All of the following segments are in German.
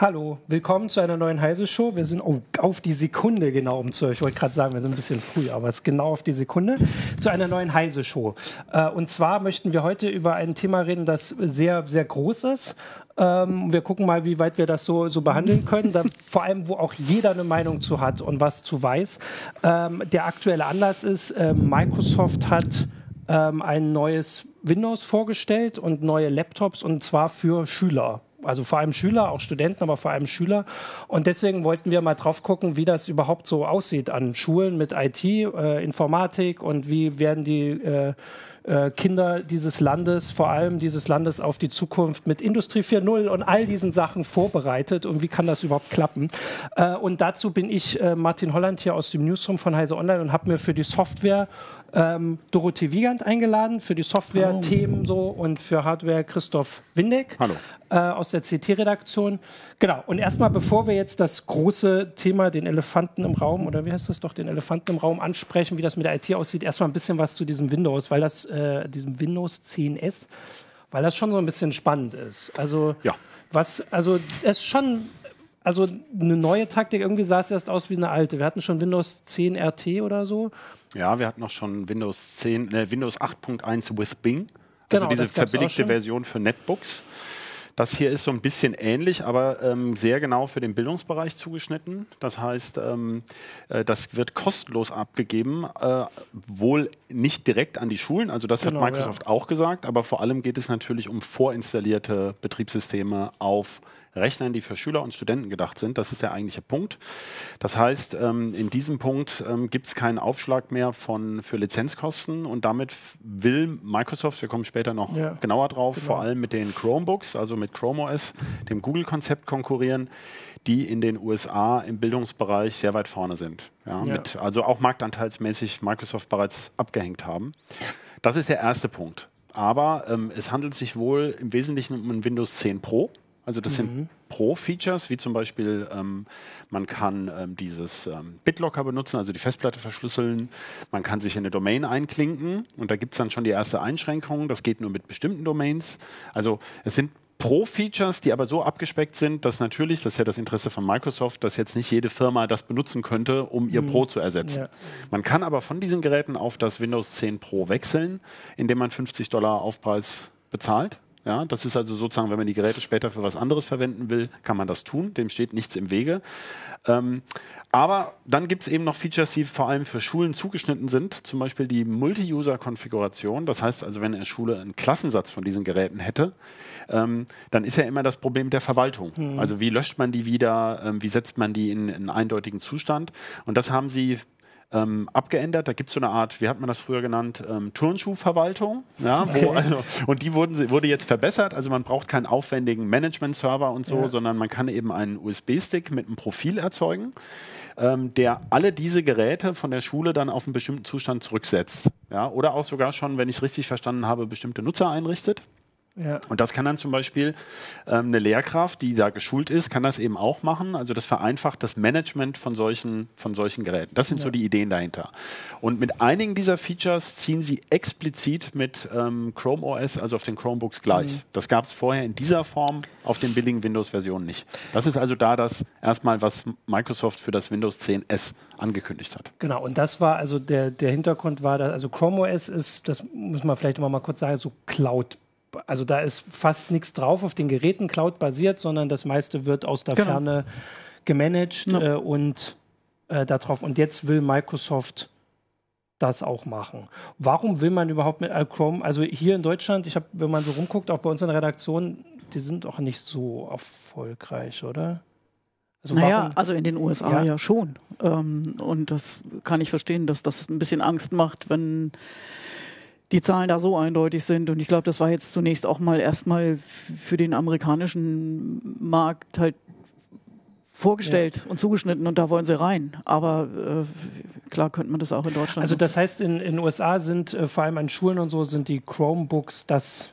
Hallo, willkommen zu einer neuen Heise-Show. Wir sind auf die Sekunde genau um 12. Ich wollte gerade sagen, wir sind ein bisschen früh, aber es ist genau auf die Sekunde zu einer neuen Heise-Show. Und zwar möchten wir heute über ein Thema reden, das sehr, sehr groß ist. Wir gucken mal, wie weit wir das so behandeln können. Vor allem, wo auch jeder eine Meinung zu hat und was zu weiß. Der aktuelle Anlass ist, Microsoft hat ein neues Windows vorgestellt und neue Laptops, und zwar für Schüler. Also vor allem Schüler, auch Studenten, aber vor allem Schüler. Und deswegen wollten wir mal drauf gucken, wie das überhaupt so aussieht an Schulen mit IT, Informatik, und wie werden die Kinder dieses Landes, vor allem dieses Landes, auf die Zukunft mit Industrie 4.0 und all diesen Sachen vorbereitet, und wie kann das überhaupt klappen. Und dazu bin ich Martin Holland hier aus dem Newsroom von Heise Online und habe mir für die Software Dorothee Wiegand eingeladen, für die Software-Themen so, und für Hardware Christoph Windeck. Hallo. Aus der CT-Redaktion. Genau, und erstmal, bevor wir jetzt das große Thema, den Elefanten im Raum, oder wie heißt das doch, den Elefanten im Raum ansprechen, wie das mit der IT aussieht, erstmal ein bisschen was zu diesem Windows, weil das, diesem Windows 10S, weil das schon so ein bisschen spannend ist. Also, ja. es ist schon, also eine neue Taktik, irgendwie sah es erst aus wie eine alte. Wir hatten schon Windows 10 RT oder so. Ja, wir hatten auch schon Windows 8.1 with Bing, also Genau, diese verbilligte Version für Netbooks. Das hier ist so ein bisschen ähnlich, aber sehr genau für den Bildungsbereich zugeschnitten. Das heißt, das wird kostenlos abgegeben, wohl nicht direkt an die Schulen, also das hat Microsoft auch gesagt, aber vor allem geht es natürlich um vorinstallierte Betriebssysteme auf Rechnern, die für Schüler und Studenten gedacht sind. Das ist der eigentliche Punkt. Das heißt, in diesem Punkt gibt es keinen Aufschlag mehr für Lizenzkosten, und damit will Microsoft, wir kommen später noch genauer drauf, vor allem mit den Chromebooks, also mit Chrome OS, dem Google-Konzept konkurrieren, die in den USA im Bildungsbereich sehr weit vorne sind. Also auch marktanteilsmäßig Microsoft bereits abgehängt haben. Das ist der erste Punkt. Aber es handelt sich wohl im Wesentlichen um ein Windows 10 Pro. Also das sind Pro-Features, wie zum Beispiel, man kann dieses BitLocker benutzen, also die Festplatte verschlüsseln. Man kann sich in eine Domain einklinken, und da gibt es dann schon die erste Einschränkung. Das geht nur mit bestimmten Domains. Also es sind Pro-Features, die aber so abgespeckt sind, dass natürlich, das ist ja das Interesse von Microsoft, dass jetzt nicht jede Firma das benutzen könnte, um ihr Pro zu ersetzen. Ja. Man kann aber von diesen Geräten auf das Windows 10 Pro wechseln, indem man $50 Aufpreis bezahlt. Ja, das ist also sozusagen, wenn man die Geräte später für was anderes verwenden will, kann man das tun. Dem steht nichts im Wege. Aber dann gibt es eben noch Features, die vor allem für Schulen zugeschnitten sind. Zum Beispiel die Multi-User-Konfiguration. Das heißt also, wenn eine Schule einen Klassensatz von diesen Geräten hätte, dann ist ja immer das Problem der Verwaltung. Also wie löscht man die wieder? Wie setzt man die in einen eindeutigen Zustand? Und das haben sie abgeändert. Da gibt es so eine Art, wie hat man das früher genannt, Turnschuhverwaltung. Ja, und die wurde jetzt verbessert. Also man braucht keinen aufwendigen Management-Server und so, sondern man kann eben einen USB-Stick mit einem Profil erzeugen, der alle diese Geräte von der Schule dann auf einen bestimmten Zustand zurücksetzt. Ja, oder auch sogar schon, wenn ich es richtig verstanden habe, bestimmte Nutzer einrichtet. Ja. Und das kann dann zum Beispiel eine Lehrkraft, die da geschult ist, kann das eben auch machen. Also das vereinfacht das Management von solchen Geräten. Das sind so die Ideen dahinter. Und mit einigen dieser Features ziehen sie explizit mit Chrome OS, also auf den Chromebooks gleich. Das gab es vorher in dieser Form auf den billigen Windows-Versionen nicht. Das ist also da das erstmal, was Microsoft für das Windows 10S angekündigt hat. Genau, und das war also der Hintergrund war, also Chrome OS ist, das muss man vielleicht immer mal kurz sagen, so Cloud. Also da ist fast nichts drauf auf den Geräten Cloud-basiert, sondern das meiste wird aus der Ferne gemanagt und darauf. Und jetzt will Microsoft das auch machen. Warum will man überhaupt mit Chrome? Also hier in Deutschland, wenn man so rumguckt, auch bei uns in der Redaktion, die sind auch nicht so erfolgreich, oder? Also also in den USA ja schon. Und das kann ich verstehen, dass das ein bisschen Angst macht, wenn die Zahlen da so eindeutig sind. Und ich glaube, das war jetzt zunächst auch mal erstmal für den amerikanischen Markt halt vorgestellt und zugeschnitten, und da wollen sie rein. Aber klar könnte man das auch in Deutschland Also das heißt, in den USA sind vor allem an Schulen und so sind die Chromebooks das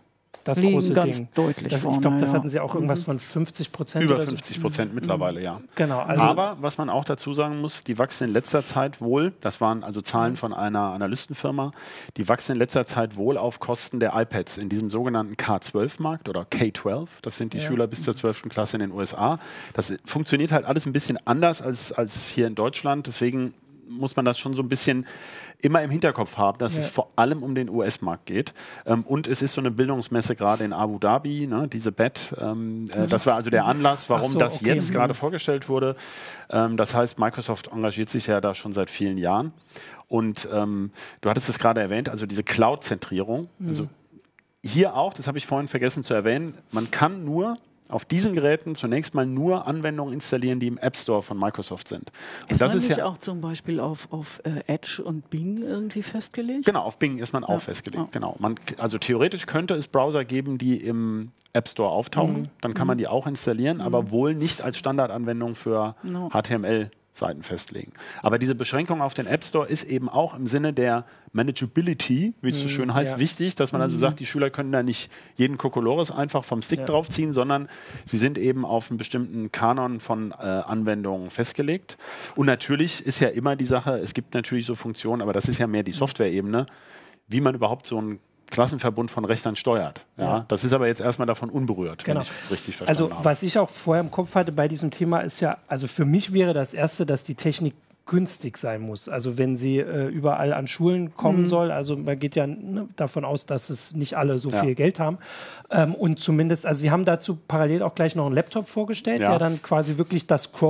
das liegen große ganz Ding. deutlich vorne. Ich glaube, das hatten sie auch irgendwas von 50%. Über 50% mittlerweile, ja. Genau. Also aber, was man auch dazu sagen muss, die wachsen in letzter Zeit wohl, das waren also Zahlen von einer Analystenfirma, die wachsen in letzter Zeit wohl auf Kosten der iPads in diesem sogenannten K12-Markt oder K12. Das sind die Schüler bis zur 12. Klasse in den USA. Das funktioniert halt alles ein bisschen anders als hier in Deutschland. Deswegen muss man das schon so ein bisschen immer im Hinterkopf haben, dass es vor allem um den US-Markt geht. Und es ist so eine Bildungsmesse gerade in Abu Dhabi, ne, diese BET. Das war also der Anlass, warum das jetzt gerade vorgestellt wurde. Das heißt, Microsoft engagiert sich ja da schon seit vielen Jahren. Und du hattest es gerade erwähnt, also diese Cloud-Zentrierung. Also hier auch, das habe ich vorhin vergessen zu erwähnen, man kann nur auf diesen Geräten zunächst mal nur Anwendungen installieren, die im App Store von Microsoft sind. Und ist das man nicht auch zum Beispiel auf Edge und Bing irgendwie festgelegt? Genau, auf Bing ist man auch festgelegt. Genau. Also theoretisch könnte es Browser geben, die im App Store auftauchen. Dann kann man die auch installieren, aber wohl nicht als Standardanwendung für HTML-Seiten festlegen. Aber diese Beschränkung auf den App Store ist eben auch im Sinne der Manageability, wie es so schön heißt, wichtig, dass man also sagt, die Schüler können da nicht jeden Kokolores einfach vom Stick draufziehen, sondern sie sind eben auf einen bestimmten Kanon von Anwendungen festgelegt. Und natürlich ist ja immer die Sache, es gibt natürlich so Funktionen, aber das ist ja mehr die Software-Ebene, wie man überhaupt so einen Klassenverbund von Rechnern steuert. Ja? Das ist aber jetzt erstmal davon unberührt, wenn ich richtig verstanden habe. Was ich auch vorher im Kopf hatte bei diesem Thema ist ja, also für mich wäre das Erste, dass die Technik günstig sein muss. Also wenn sie überall an Schulen kommen soll, also man geht ja davon aus, dass es nicht alle so viel Geld haben. Und zumindest, also sie haben dazu parallel auch gleich noch einen Laptop vorgestellt, der dann quasi wirklich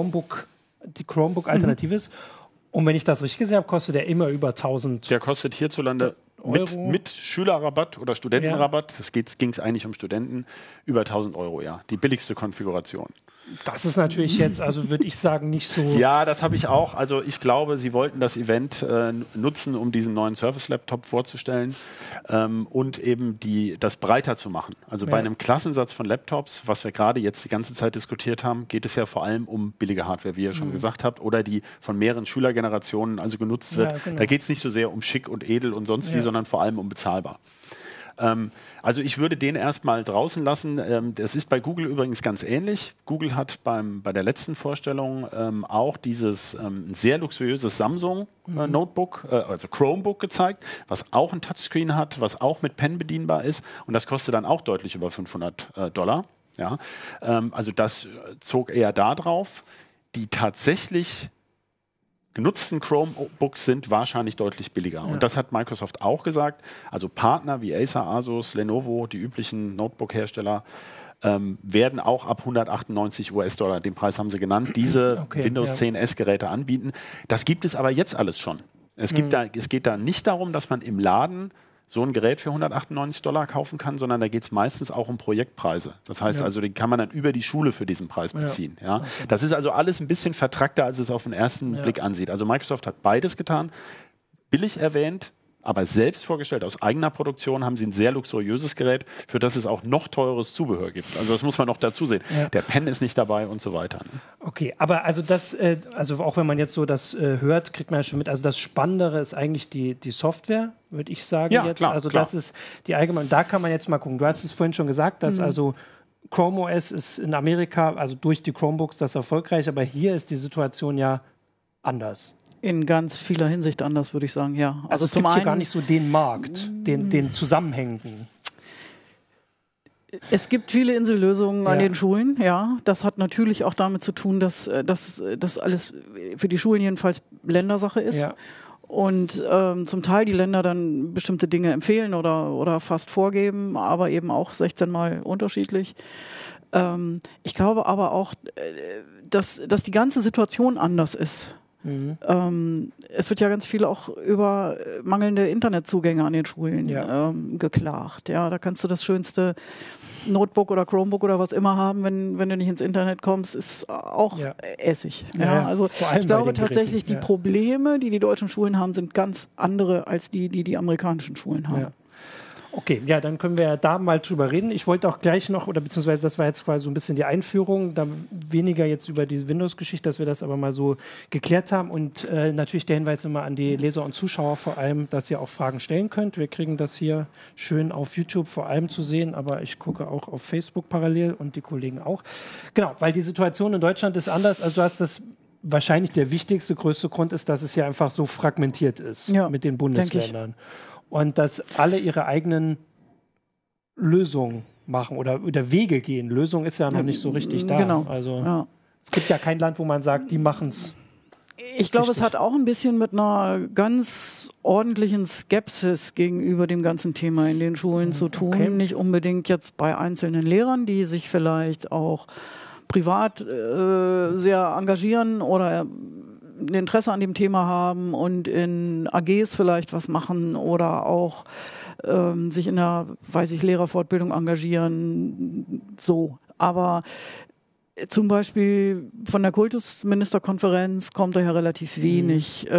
die Chromebook-Alternative ist. Und wenn ich das richtig gesehen habe, kostet der immer über 1000 Der kostet hierzulande mit Schülerrabatt oder Studentenrabatt, ging es eigentlich um Studenten, über 1000 Euro, ja. Die billigste Konfiguration. Das ist natürlich jetzt, also würde ich sagen, nicht so... Ja, das habe ich auch. Also ich glaube, sie wollten das Event nutzen, um diesen neuen Surface-Laptop vorzustellen und eben das breiter zu machen. Also bei einem Klassensatz von Laptops, was wir gerade jetzt die ganze Zeit diskutiert haben, geht es ja vor allem um billige Hardware, wie ihr schon gesagt habt, oder die von mehreren Schülergenerationen also genutzt wird. Ja, genau. Da geht es nicht so sehr um schick und edel und sonst wie, sondern vor allem um bezahlbar. Also ich würde den erstmal draußen lassen. Das ist bei Google übrigens ganz ähnlich. Google hat bei der letzten Vorstellung auch dieses sehr luxuriöses Samsung Notebook, also Chromebook gezeigt, was auch ein Touchscreen hat, was auch mit Pen bedienbar ist. Und das kostet dann auch deutlich über $500. Ja? Also das zog eher da drauf. Die tatsächlich genutzten Chromebooks sind wahrscheinlich deutlich billiger. Und das hat Microsoft auch gesagt. Also Partner wie Acer, Asus, Lenovo, die üblichen Notebook-Hersteller, werden auch ab $198, den Preis haben sie genannt, diese Windows 10 S-Geräte anbieten. Das gibt es aber jetzt alles schon. Es geht da nicht darum, dass man im Laden so ein Gerät für $198 kaufen kann, sondern da geht es meistens auch um Projektpreise. Das heißt also, den kann man dann über die Schule für diesen Preis beziehen. Ja. Das ist also alles ein bisschen vertrackter, als es auf den ersten Blick ansieht. Also Microsoft hat beides getan, billig erwähnt, aber selbst vorgestellt, aus eigener Produktion haben sie ein sehr luxuriöses Gerät, für das es auch noch teures Zubehör gibt. Also das muss man noch dazu sehen. Der Pen ist nicht dabei und so weiter. Ne? Okay, aber also also auch wenn man jetzt so das hört, kriegt man ja schon mit, also das Spannendere ist eigentlich die Software, würde ich sagen jetzt. Klar, also das ist die allgemeine, da kann man jetzt mal gucken. Du hast es vorhin schon gesagt, dass also Chrome OS ist in Amerika, also durch die Chromebooks das erfolgreich, aber hier ist die Situation ja anders. In ganz vieler Hinsicht anders, würde ich sagen, ja. Also es gibt hier gar nicht so den Markt, den zusammenhängenden. Es gibt viele Insellösungen an den Schulen, ja. Das hat natürlich auch damit zu tun, dass das alles für die Schulen jedenfalls Ländersache ist. Ja. Und zum Teil die Länder dann bestimmte Dinge empfehlen oder fast vorgeben, aber eben auch 16 Mal unterschiedlich. Ich glaube aber auch, dass die ganze Situation anders ist. Es wird ja ganz viel auch über mangelnde Internetzugänge an den Schulen geklagt. Ja, da kannst du das schönste Notebook oder Chromebook oder was immer haben, wenn du nicht ins Internet kommst, ist auch Essig. Ja, also ich glaube tatsächlich, die Probleme, die deutschen Schulen haben, sind ganz andere als die amerikanischen Schulen haben. Ja. Okay, ja, dann können wir ja da mal drüber reden. Ich wollte auch gleich noch, oder beziehungsweise das war jetzt quasi so ein bisschen die Einführung, da weniger jetzt über die Windows-Geschichte, dass wir das aber mal so geklärt haben. Und natürlich der Hinweis immer an die Leser und Zuschauer vor allem, dass ihr auch Fragen stellen könnt. Wir kriegen das hier schön auf YouTube vor allem zu sehen, aber ich gucke auch auf Facebook parallel und die Kollegen auch. Genau, weil die Situation in Deutschland ist anders. Also du hast das wahrscheinlich der wichtigste, größte Grund ist, dass es hier einfach so fragmentiert ist mit den Bundesländern. Und dass alle ihre eigenen Lösungen machen oder Wege gehen. Lösung ist ja noch nicht so richtig da. Genau. Also es gibt ja kein Land, wo man sagt, die machen es. Ich glaube, es hat auch ein bisschen mit einer ganz ordentlichen Skepsis gegenüber dem ganzen Thema in den Schulen zu tun. Okay. Nicht unbedingt jetzt bei einzelnen Lehrern, die sich vielleicht auch privat sehr engagieren oder ein Interesse an dem Thema haben und in AGs vielleicht was machen oder auch sich in der, Lehrerfortbildung engagieren, so. Aber zum Beispiel von der Kultusministerkonferenz kommt da ja relativ wenig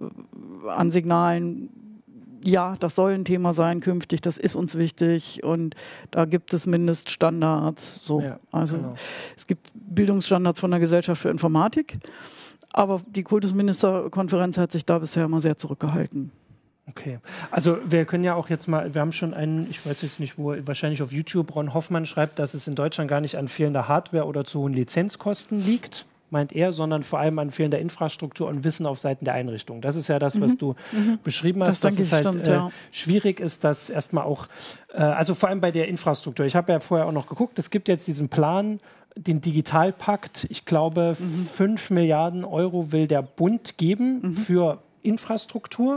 an Signalen. Ja, das soll ein Thema sein künftig, das ist uns wichtig und da gibt es Mindeststandards. So. Ja, also es gibt Bildungsstandards von der Gesellschaft für Informatik, aber die Kultusministerkonferenz hat sich da bisher immer sehr zurückgehalten. Okay, also wir können ja auch jetzt mal, wir haben schon einen, ich weiß jetzt nicht wo, wahrscheinlich auf YouTube, Ron Hoffmann schreibt, dass es in Deutschland gar nicht an fehlender Hardware oder zu hohen Lizenzkosten liegt, meint er, sondern vor allem an fehlender Infrastruktur und Wissen auf Seiten der Einrichtung. Das ist ja das, was du beschrieben hast, dass es halt schwierig ist, dass erstmal auch, also vor allem bei der Infrastruktur. Ich habe ja vorher auch noch geguckt, es gibt jetzt diesen Plan, den Digitalpakt, ich glaube 5 Milliarden Euro will der Bund geben für Infrastruktur.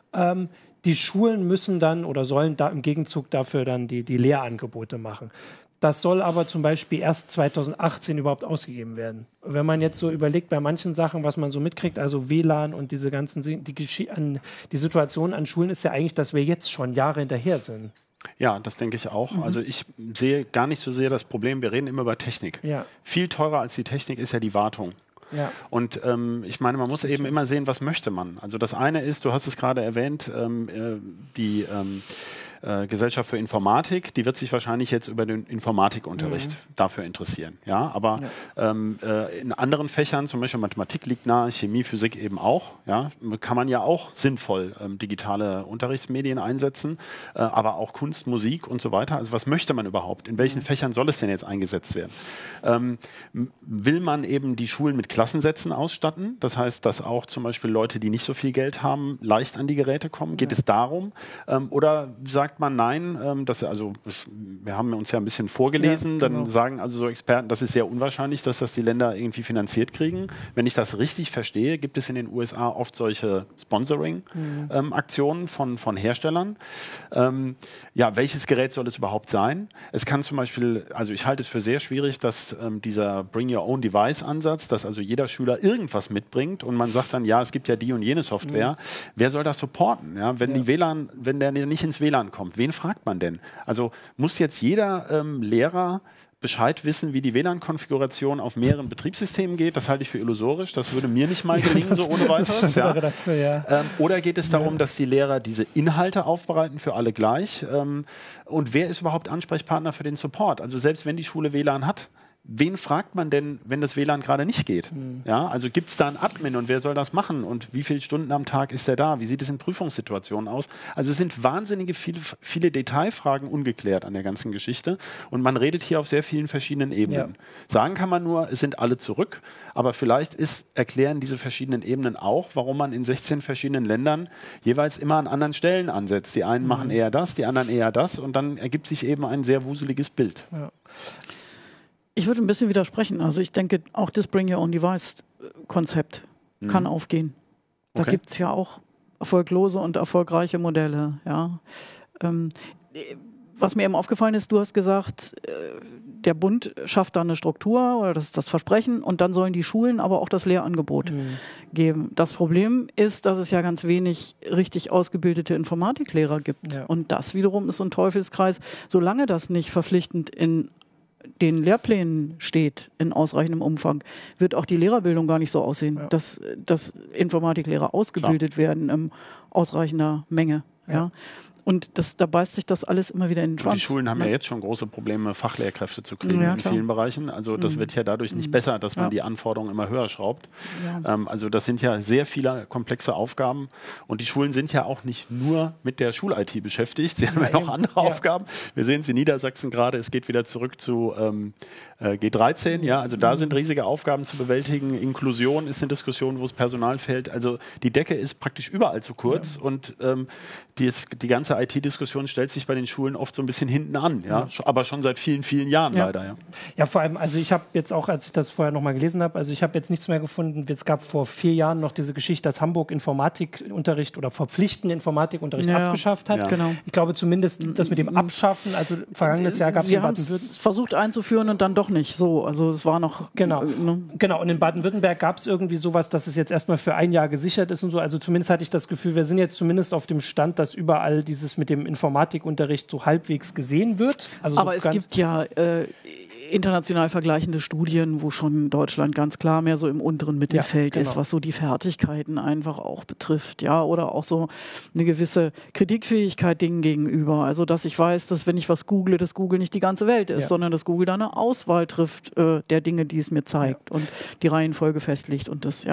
Die Schulen müssen dann oder sollen da im Gegenzug dafür dann die Lehrangebote machen. Das soll aber zum Beispiel erst 2018 überhaupt ausgegeben werden. Wenn man jetzt so überlegt, bei manchen Sachen, was man so mitkriegt, also WLAN und diese ganzen, die Situation an Schulen ist ja eigentlich, dass wir jetzt schon Jahre hinterher sind. Ja, das denke ich auch. Also ich sehe gar nicht so sehr das Problem, wir reden immer über Technik. Ja. Viel teurer als die Technik ist ja die Wartung. Ja. Und ich meine, man muss eben immer sehen, was möchte man. Also das eine ist, du hast es gerade erwähnt, die Gesellschaft für Informatik, die wird sich wahrscheinlich jetzt über den Informatikunterricht dafür interessieren. Ja, aber in anderen Fächern, zum Beispiel Mathematik liegt nahe, Chemie, Physik eben auch, ja, kann man ja auch sinnvoll digitale Unterrichtsmedien einsetzen, aber auch Kunst, Musik und so weiter. Also was möchte man überhaupt? In welchen Fächern soll es denn jetzt eingesetzt werden? Will man eben die Schulen mit Klassensätzen ausstatten? Das heißt, dass auch zum Beispiel Leute, die nicht so viel Geld haben, leicht an die Geräte kommen? Geht es darum? Oder sagt man nein, wir haben uns ja ein bisschen vorgelesen, dann sagen also so Experten, das ist sehr unwahrscheinlich, dass das die Länder irgendwie finanziert kriegen. Wenn ich das richtig verstehe, gibt es in den USA oft solche Sponsoring-Aktionen von Herstellern. Welches Gerät soll es überhaupt sein? Es kann zum Beispiel, also ich halte es für sehr schwierig, dass dieser Bring-Your-Own-Device-Ansatz, dass also jeder Schüler irgendwas mitbringt und man sagt dann, ja, es gibt ja die und jene Software. Wer soll das supporten? Ja, wenn der nicht ins WLAN kommt, wen fragt man denn? Also muss jetzt jeder Lehrer Bescheid wissen, wie die WLAN-Konfiguration auf mehreren Betriebssystemen geht? Das halte ich für illusorisch. Das würde mir nicht mal gelingen, so ohne weiteres. Oder geht es darum, dass die Lehrer diese Inhalte aufbereiten für alle gleich? Und wer ist überhaupt Ansprechpartner für den Support? Also selbst wenn die Schule WLAN hat, wen fragt man denn, wenn das WLAN gerade nicht geht? Ja, also gibt es da einen Admin und wer soll das machen? Und wie viele Stunden am Tag ist er da? Wie sieht es in Prüfungssituationen aus? Also es sind wahnsinnige viele Detailfragen ungeklärt an der ganzen Geschichte. Und man redet hier auf sehr vielen verschiedenen Ebenen. Ja. Sagen kann man nur, es sind alle zurück. Aber vielleicht erklären diese verschiedenen Ebenen auch, warum man in 16 verschiedenen Ländern jeweils immer an anderen Stellen ansetzt. Die einen machen eher das, die anderen eher das. Und dann ergibt sich eben ein sehr wuseliges Bild. Ja. Ich würde ein bisschen widersprechen. Also ich denke, auch das Bring-Your-Own-Device-Konzept kann aufgehen. Da gibt es ja auch erfolglose und erfolgreiche Modelle. Ja. Was mir eben aufgefallen ist, du hast gesagt, der Bund schafft da eine Struktur oder das ist das Versprechen und dann sollen die Schulen aber auch das Lehrangebot geben. Das Problem ist, dass es ja ganz wenig richtig ausgebildete Informatiklehrer gibt. Ja. Und das wiederum ist so ein Teufelskreis. Solange das nicht verpflichtend in den Lehrplänen steht in ausreichendem Umfang, wird auch die Lehrerbildung gar nicht so aussehen, dass Informatiklehrer ausgebildet werden in ausreichender Menge. Ja. Und da beißt sich das alles immer wieder in den Schwanz. Die Schulen haben ja jetzt schon große Probleme, Fachlehrkräfte zu kriegen in vielen Bereichen. Also das wird ja dadurch nicht besser, dass man die Anforderungen immer höher schraubt. Ja. Also das sind ja sehr viele komplexe Aufgaben. Und die Schulen sind ja auch nicht nur mit der Schul-IT beschäftigt. Sie haben ja noch andere Aufgaben. Wir sehen es in Niedersachsen gerade. Es geht wieder zurück zu G13. Ja, also da sind riesige Aufgaben zu bewältigen. Inklusion ist eine Diskussion, wo es Personal fehlt. Also die Decke ist praktisch überall zu kurz. Und die ganze IT-Diskussion stellt sich bei den Schulen oft so ein bisschen hinten an, aber schon seit vielen, vielen Jahren leider. Ja, vor allem, also ich habe jetzt auch, als ich das vorher nochmal gelesen habe, also ich habe jetzt nichts mehr gefunden. Es gab vor 4 Jahren noch diese Geschichte, dass Hamburg Informatikunterricht oder verpflichtenden Informatikunterricht abgeschafft hat. Ja. Genau. Ich glaube zumindest das mit dem Abschaffen, also vergangenes Jahr gab es in Baden-Württemberg. Versucht einzuführen und dann doch nicht so. Also es war noch... Genau, und in Baden-Württemberg gab es irgendwie sowas, dass es jetzt erstmal für 1 Jahr gesichert ist und so. Also zumindest hatte ich das Gefühl, wir sind jetzt zumindest auf dem Stand, dass überall dieses mit dem Informatikunterricht so halbwegs gesehen wird. Also aber es gibt ja international vergleichende Studien, wo schon Deutschland ganz klar mehr so im unteren Mittelfeld ist, was so die Fertigkeiten einfach auch betrifft, oder auch so eine gewisse Kritikfähigkeit Dingen gegenüber. Also dass ich weiß, dass wenn ich was google, dass Google nicht die ganze Welt ist, sondern dass Google da eine Auswahl trifft der Dinge, die es mir zeigt und die Reihenfolge festlegt und das,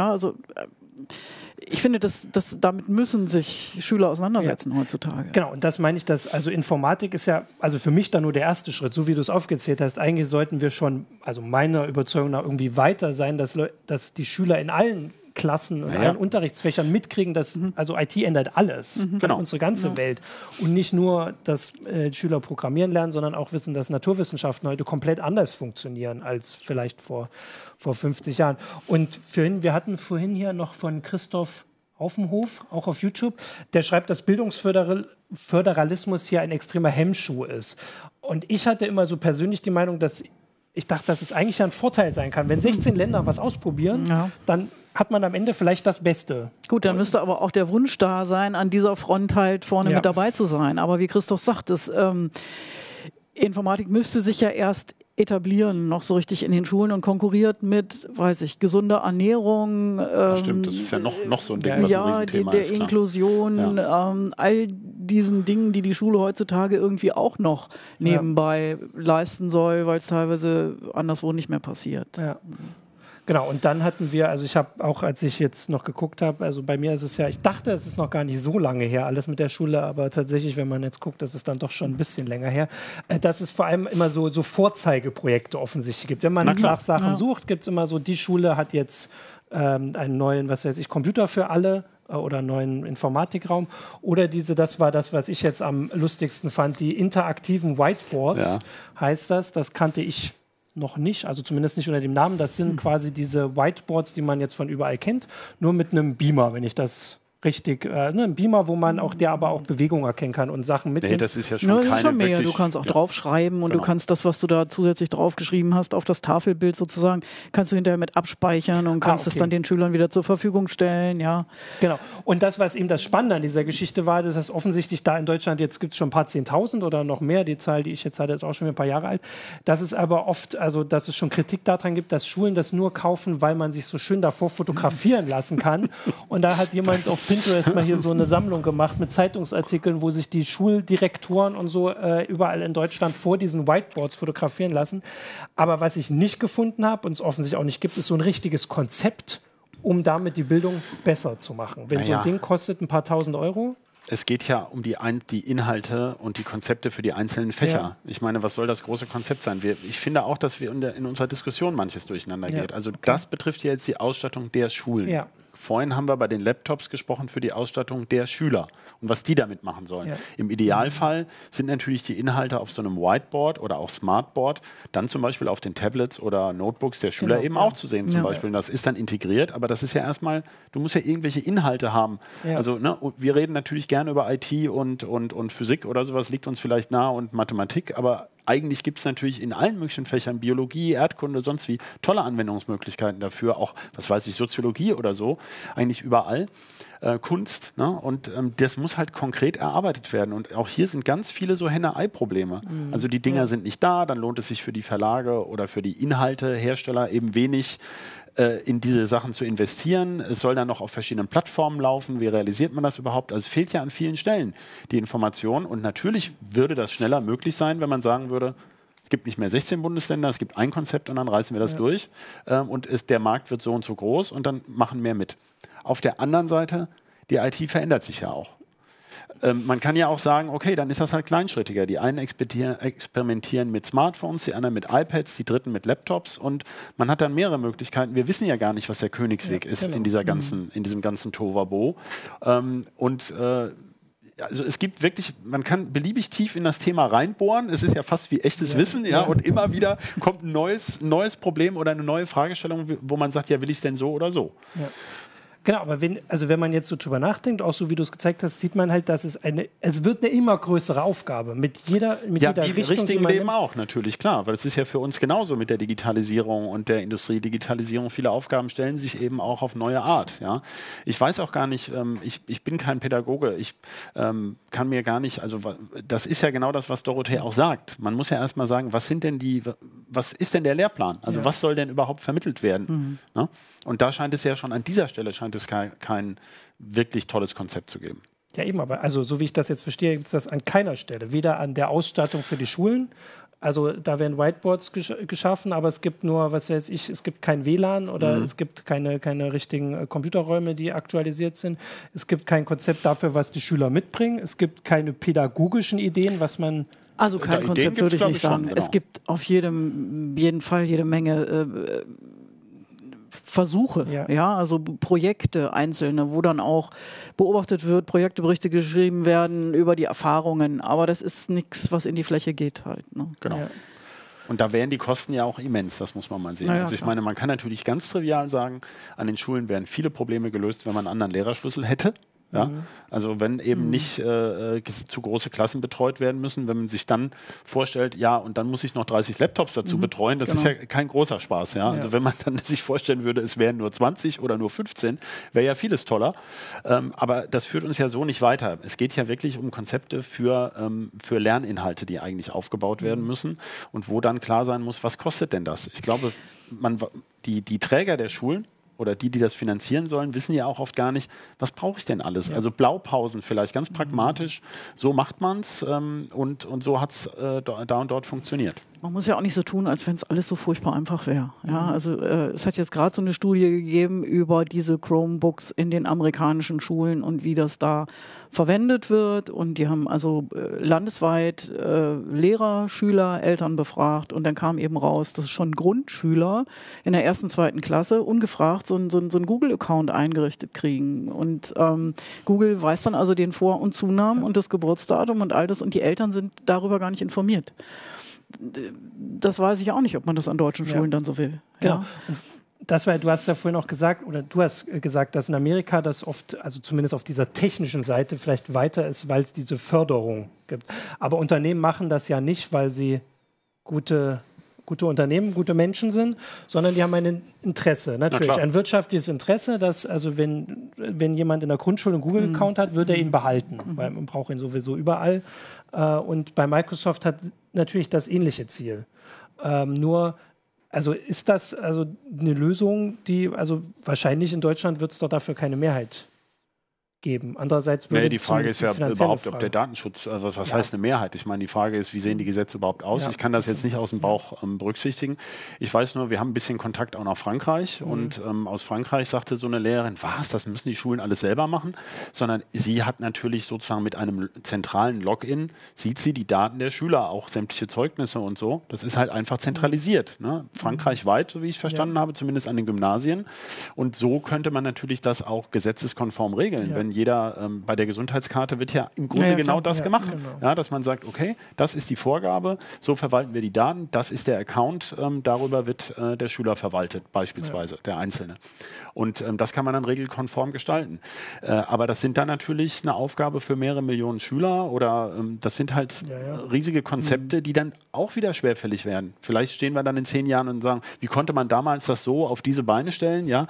ich finde, damit müssen sich Schüler auseinandersetzen heutzutage. Genau, und das meine ich, also Informatik ist ja, also für mich dann nur der erste Schritt, so wie du es aufgezählt hast. Eigentlich sollten wir schon, also meiner Überzeugung nach, irgendwie weiter sein, dass die Schüler in allen Klassen und allen Unterrichtsfächern mitkriegen, dass also IT ändert alles, unsere ganze Welt. Und nicht nur, dass Schüler programmieren lernen, sondern auch wissen, dass Naturwissenschaften heute komplett anders funktionieren als vielleicht vor 50 Jahren. Und wir hatten vorhin hier noch von Christoph Aufenhof, auch auf YouTube, der schreibt, dass Bildungsföderalismus hier ein extremer Hemmschuh ist. Und ich hatte immer so persönlich die Meinung, dass ich dachte, dass es eigentlich ein Vorteil sein kann. Wenn 16 Länder was ausprobieren, dann hat man am Ende vielleicht das Beste. Gut, dann müsste aber auch der Wunsch da sein, an dieser Front halt vorne mit dabei zu sein. Aber wie Christoph sagt, Informatik müsste sich ja erst etablieren, noch so richtig in den Schulen und konkurriert mit, gesunder Ernährung. Stimmt, das ist ja noch so ein Ding, was ein Riesenthema ist. Der Inklusion, all diesen Dingen, die die Schule heutzutage irgendwie auch noch nebenbei leisten soll, weil es teilweise anderswo nicht mehr passiert. Ja. Genau, und dann hatten wir, also ich habe auch, als ich jetzt noch geguckt habe, also bei mir ist es ich dachte, es ist noch gar nicht so lange her, alles mit der Schule, aber tatsächlich, wenn man jetzt guckt, das ist dann doch schon ein bisschen länger her, dass es vor allem immer so Vorzeigeprojekte offensichtlich gibt. Wenn man nach Sachen sucht, gibt es immer so, die Schule hat jetzt einen neuen, Computer für alle oder einen neuen Informatikraum oder das war das, was ich jetzt am lustigsten fand, die interaktiven Whiteboards, heißt das kannte ich noch nicht, also zumindest nicht unter dem Namen. Das sind quasi diese Whiteboards, die man jetzt von überall kennt, nur mit einem Beamer, wenn ich das richtig, ein Beamer, wo man der aber auch Bewegung erkennen kann und Sachen mitnehmen. Nee, das ist ja schon das ist schon mehr. Du kannst auch draufschreiben und du kannst das, was du da zusätzlich draufgeschrieben hast, auf das Tafelbild sozusagen, kannst du hinterher mit abspeichern und kannst es dann den Schülern wieder zur Verfügung stellen, Genau. Und das, was eben das Spannende an dieser Geschichte war, dass das offensichtlich da in Deutschland, jetzt gibt es schon ein paar 10.000 oder noch mehr, die Zahl, die ich jetzt hatte, ist auch schon ein paar Jahre alt, dass es aber oft, also dass es schon Kritik daran gibt, dass Schulen das nur kaufen, weil man sich so schön davor fotografieren lassen kann. Und da hat jemand auf Pinterest mal hier so eine Sammlung gemacht mit Zeitungsartikeln, wo sich die Schuldirektoren und so überall in Deutschland vor diesen Whiteboards fotografieren lassen. Aber was ich nicht gefunden habe und es offensichtlich auch nicht gibt, ist so ein richtiges Konzept, um damit die Bildung besser zu machen. Wenn so ein Ding kostet ein paar tausend Euro. Es geht ja um die Inhalte und die Konzepte für die einzelnen Fächer. Ja. Ich meine, was soll das große Konzept sein? Ich finde auch, dass wir in unserer Diskussion manches durcheinander geht. Also das betrifft ja jetzt die Ausstattung der Schulen. Ja. Vorhin haben wir bei den Laptops gesprochen für die Ausstattung der Schüler und was die damit machen sollen. Ja. Im Idealfall sind natürlich die Inhalte auf so einem Whiteboard oder auch Smartboard, dann zum Beispiel auf den Tablets oder Notebooks der Schüler eben auch zu sehen zum Beispiel. Und das ist dann integriert, aber das ist ja erstmal, du musst ja irgendwelche Inhalte haben. Ja. Also wir reden natürlich gerne über IT und Physik oder sowas, liegt uns vielleicht nahe und Mathematik, aber eigentlich gibt es natürlich in allen möglichen Fächern, Biologie, Erdkunde, sonst wie, tolle Anwendungsmöglichkeiten dafür, auch, Soziologie oder so, eigentlich überall. Kunst, und das muss halt konkret erarbeitet werden. Und auch hier sind ganz viele so Henne-Ei-Probleme. Also die Dinger sind nicht da, dann lohnt es sich für die Verlage oder für die Inhaltehersteller eben wenig, in diese Sachen zu investieren. Es soll dann noch auf verschiedenen Plattformen laufen. Wie realisiert man das überhaupt? Also es fehlt ja an vielen Stellen die Information. Und natürlich würde das schneller möglich sein, wenn man sagen würde, es gibt nicht mehr 16 Bundesländer, es gibt ein Konzept und dann reißen wir das durch. Und der Markt wird so und so groß und dann machen mehr mit. Auf der anderen Seite, die IT verändert sich ja auch. Man kann ja auch sagen, okay, dann ist das halt kleinschrittiger. Die einen experimentieren mit Smartphones, die anderen mit iPads, die dritten mit Laptops und man hat dann mehrere Möglichkeiten. Wir wissen ja gar nicht, was der Königsweg ist in diesem ganzen Tohuwabohu. Also es gibt wirklich, man kann beliebig tief in das Thema reinbohren. Es ist ja fast wie echtes Wissen, und immer wieder kommt ein neues Problem oder eine neue Fragestellung, wo man sagt, ja, will ich es denn so oder so? Ja. Genau, aber wenn man jetzt so drüber nachdenkt, auch so wie du es gezeigt hast, sieht man halt, dass es wird eine immer größere Aufgabe mit jeder Richtung. Richtigen Leben auch, natürlich, klar, weil es ist ja für uns genauso mit der Digitalisierung und der Industriedigitalisierung. Viele Aufgaben stellen sich eben auch auf neue Art. Ja? Ich weiß auch gar nicht, ich bin kein Pädagoge, ich kann mir gar nicht, also das ist ja genau das, was Dorothee auch sagt. Man muss ja erstmal sagen, was ist denn der Lehrplan? Also was soll denn überhaupt vermittelt werden? Ne? Und da scheint es ja schon an dieser Stelle kein wirklich tolles Konzept zu geben. Ja, eben, aber also so wie ich das jetzt verstehe, gibt es das an keiner Stelle. Weder an der Ausstattung für die Schulen, also da werden Whiteboards geschaffen, aber es gibt nur, es gibt kein WLAN oder es gibt keine richtigen Computerräume, die aktualisiert sind. Es gibt kein Konzept dafür, was die Schüler mitbringen. Es gibt keine pädagogischen Ideen, was man... Also kein Konzept würde ich nicht sagen. Genau. Es gibt auf jeden Fall jede Menge Versuche, also Projekte einzelne, wo dann auch beobachtet wird, Projekteberichte geschrieben werden über die Erfahrungen, aber das ist nichts, was in die Fläche geht halt. Ne? Genau. Ja. Und da wären die Kosten ja auch immens, das muss man mal sehen. Also ich meine, man kann natürlich ganz trivial sagen, an den Schulen wären viele Probleme gelöst, wenn man einen anderen Lehrerschlüssel hätte. Ja? Also wenn eben nicht zu große Klassen betreut werden müssen, wenn man sich dann vorstellt, und dann muss ich noch 30 Laptops dazu betreuen, das ist ja kein großer Spaß. Ja? Also wenn man dann sich vorstellen würde, es wären nur 20 oder nur 15, wäre ja vieles toller. Aber das führt uns ja so nicht weiter. Es geht ja wirklich um Konzepte für Lerninhalte, die eigentlich aufgebaut werden müssen und wo dann klar sein muss, was kostet denn das? Ich glaube, die Träger der Schulen oder die das finanzieren sollen, wissen ja auch oft gar nicht, was brauche ich denn alles? Ja. Also Blaupausen vielleicht, ganz pragmatisch, so macht man es und so hat es da und dort funktioniert. Man muss ja auch nicht so tun, als wenn es alles so furchtbar einfach wäre. Ja, also es hat jetzt gerade so eine Studie gegeben über diese Chromebooks in den amerikanischen Schulen und wie das da verwendet wird. Und die haben also landesweit Lehrer, Schüler, Eltern befragt. Und dann kam eben raus, dass schon Grundschüler in der 1., 2. Klasse ungefragt so einen Google-Account eingerichtet kriegen. Und Google weiß dann also den Vor- und Zunamen und das Geburtsdatum und all das. Und die Eltern sind darüber gar nicht informiert. Das weiß ich auch nicht, ob man das an deutschen Schulen dann so will. Genau. Ja. Du hast ja vorhin auch gesagt, dass in Amerika das oft, also zumindest auf dieser technischen Seite, vielleicht weiter ist, weil es diese Förderung gibt. Aber Unternehmen machen das ja nicht, weil sie gute Unternehmen, gute Menschen sind, sondern die haben ein Interesse, natürlich, ein wirtschaftliches Interesse, dass, also wenn jemand in der Grundschule einen Google-Account hat, wird er ihn behalten, weil man braucht ihn sowieso überall. Und bei Microsoft hat natürlich das ähnliche Ziel. Ist das also eine Lösung, also wahrscheinlich in Deutschland wird es doch dafür keine Mehrheit geben. Andererseits die Frage ist ja überhaupt, ob der Datenschutz, was heißt eine Mehrheit? Ich meine, die Frage ist, wie sehen die Gesetze überhaupt aus? Ja. Ich kann das jetzt nicht aus dem Bauch berücksichtigen. Ich weiß nur, wir haben ein bisschen Kontakt auch nach Frankreich und aus Frankreich sagte so eine Lehrerin, das müssen die Schulen alles selber machen, sondern sie hat natürlich sozusagen mit einem zentralen Login, sieht sie die Daten der Schüler, auch sämtliche Zeugnisse und so. Das ist halt einfach zentralisiert. Ne? Frankreichweit, so wie ich es verstanden habe, zumindest an den Gymnasien. Und so könnte man natürlich das auch gesetzeskonform regeln, wenn jeder, bei der Gesundheitskarte wird ja im Grunde genau das gemacht. Genau. Ja, dass man sagt, okay, das ist die Vorgabe, so verwalten wir die Daten, das ist der Account, darüber wird der Schüler verwaltet, beispielsweise, der Einzelne. Und das kann man dann regelkonform gestalten. Aber das sind dann natürlich eine Aufgabe für mehrere Millionen Schüler oder das sind halt riesige Konzepte, die dann auch wieder schwerfällig werden. Vielleicht stehen wir dann in 10 Jahren und sagen, wie konnte man damals das so auf diese Beine stellen? Ja,